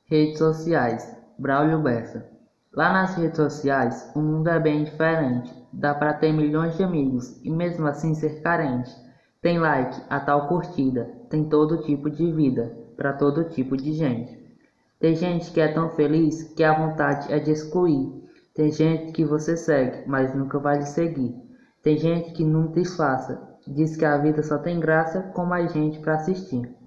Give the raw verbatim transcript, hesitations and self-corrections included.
Redes sociais, Braulio Bessa. Lá nas redes sociais, o mundo é bem diferente. Dá para ter milhões de amigos e mesmo assim ser carente. Tem like, a tal curtida, tem todo tipo de vida, para todo tipo de gente. Tem gente que é tão feliz que a vontade é de excluir. Tem gente que você segue, mas nunca vai lhe seguir. Tem gente que não disfarça, diz que a vida só tem graça com mais gente para assistir.